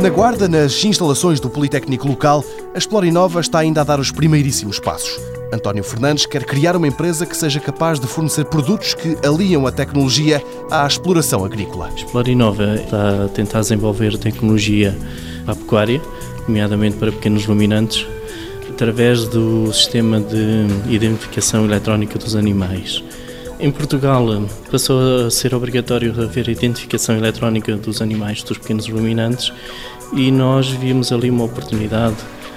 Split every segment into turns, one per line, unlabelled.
Na Guarda, nas instalações do Politécnico local, a Explorinova está ainda a dar os primeiríssimos passos. António Fernandes quer criar uma empresa que seja capaz de fornecer produtos que aliam a tecnologia à exploração agrícola.
A Explorinova está a tentar desenvolver tecnologia para a pecuária, nomeadamente para pequenos ruminantes, através do sistema de identificação eletrónica dos animais. Em Portugal passou a ser obrigatório haver identificação eletrónica dos animais, dos pequenos ruminantes, e nós vimos ali uma oportunidade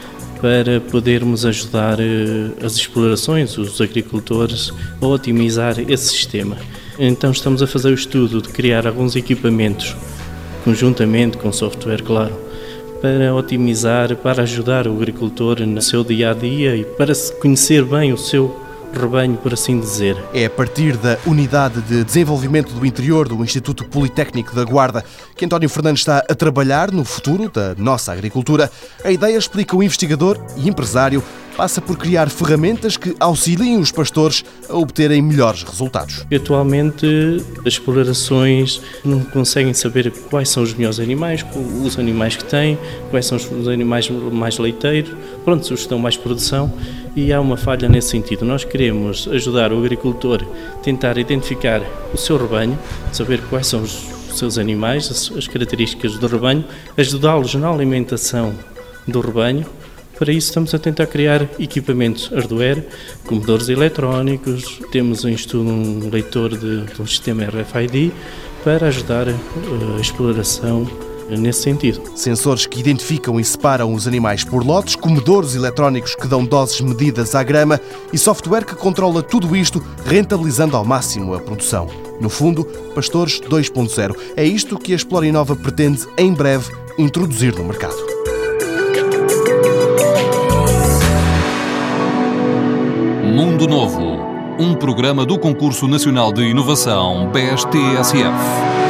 para podermos ajudar as explorações, os agricultores, a otimizar esse sistema. Então estamos a fazer o estudo de criar alguns equipamentos, conjuntamente com software, claro, para otimizar, para ajudar o agricultor no seu dia-a-dia e para se conhecer bem o seu rebanho, por assim dizer.
É a partir da Unidade de Desenvolvimento do Interior do Instituto Politécnico da Guarda que António Fernandes está a trabalhar no futuro da nossa agricultura. A ideia, explica o investigador e empresário, passa por criar ferramentas que auxiliem os pastores a obterem melhores resultados.
Atualmente, as explorações não conseguem saber quais são os melhores animais, os animais que têm, quais são os animais mais leiteiros, pronto, os que estão mais produção, e há uma falha nesse sentido. Nós queremos ajudar o agricultor a tentar identificar o seu rebanho, saber quais são os seus animais, as características do rebanho, ajudá-los na alimentação do rebanho. Para isso estamos a tentar criar equipamentos hardware, comedores eletrónicos, temos em estudo um leitor de um sistema RFID para ajudar a exploração nesse sentido.
Sensores que identificam e separam os animais por lotes, comedores eletrónicos que dão doses medidas à grama e software que controla tudo isto, rentabilizando ao máximo a produção. No fundo, Pastores 2.0. É isto que a Explorinova pretende, em breve, introduzir no mercado.
Mundo Novo, um programa do Concurso Nacional de Inovação BES-TSF.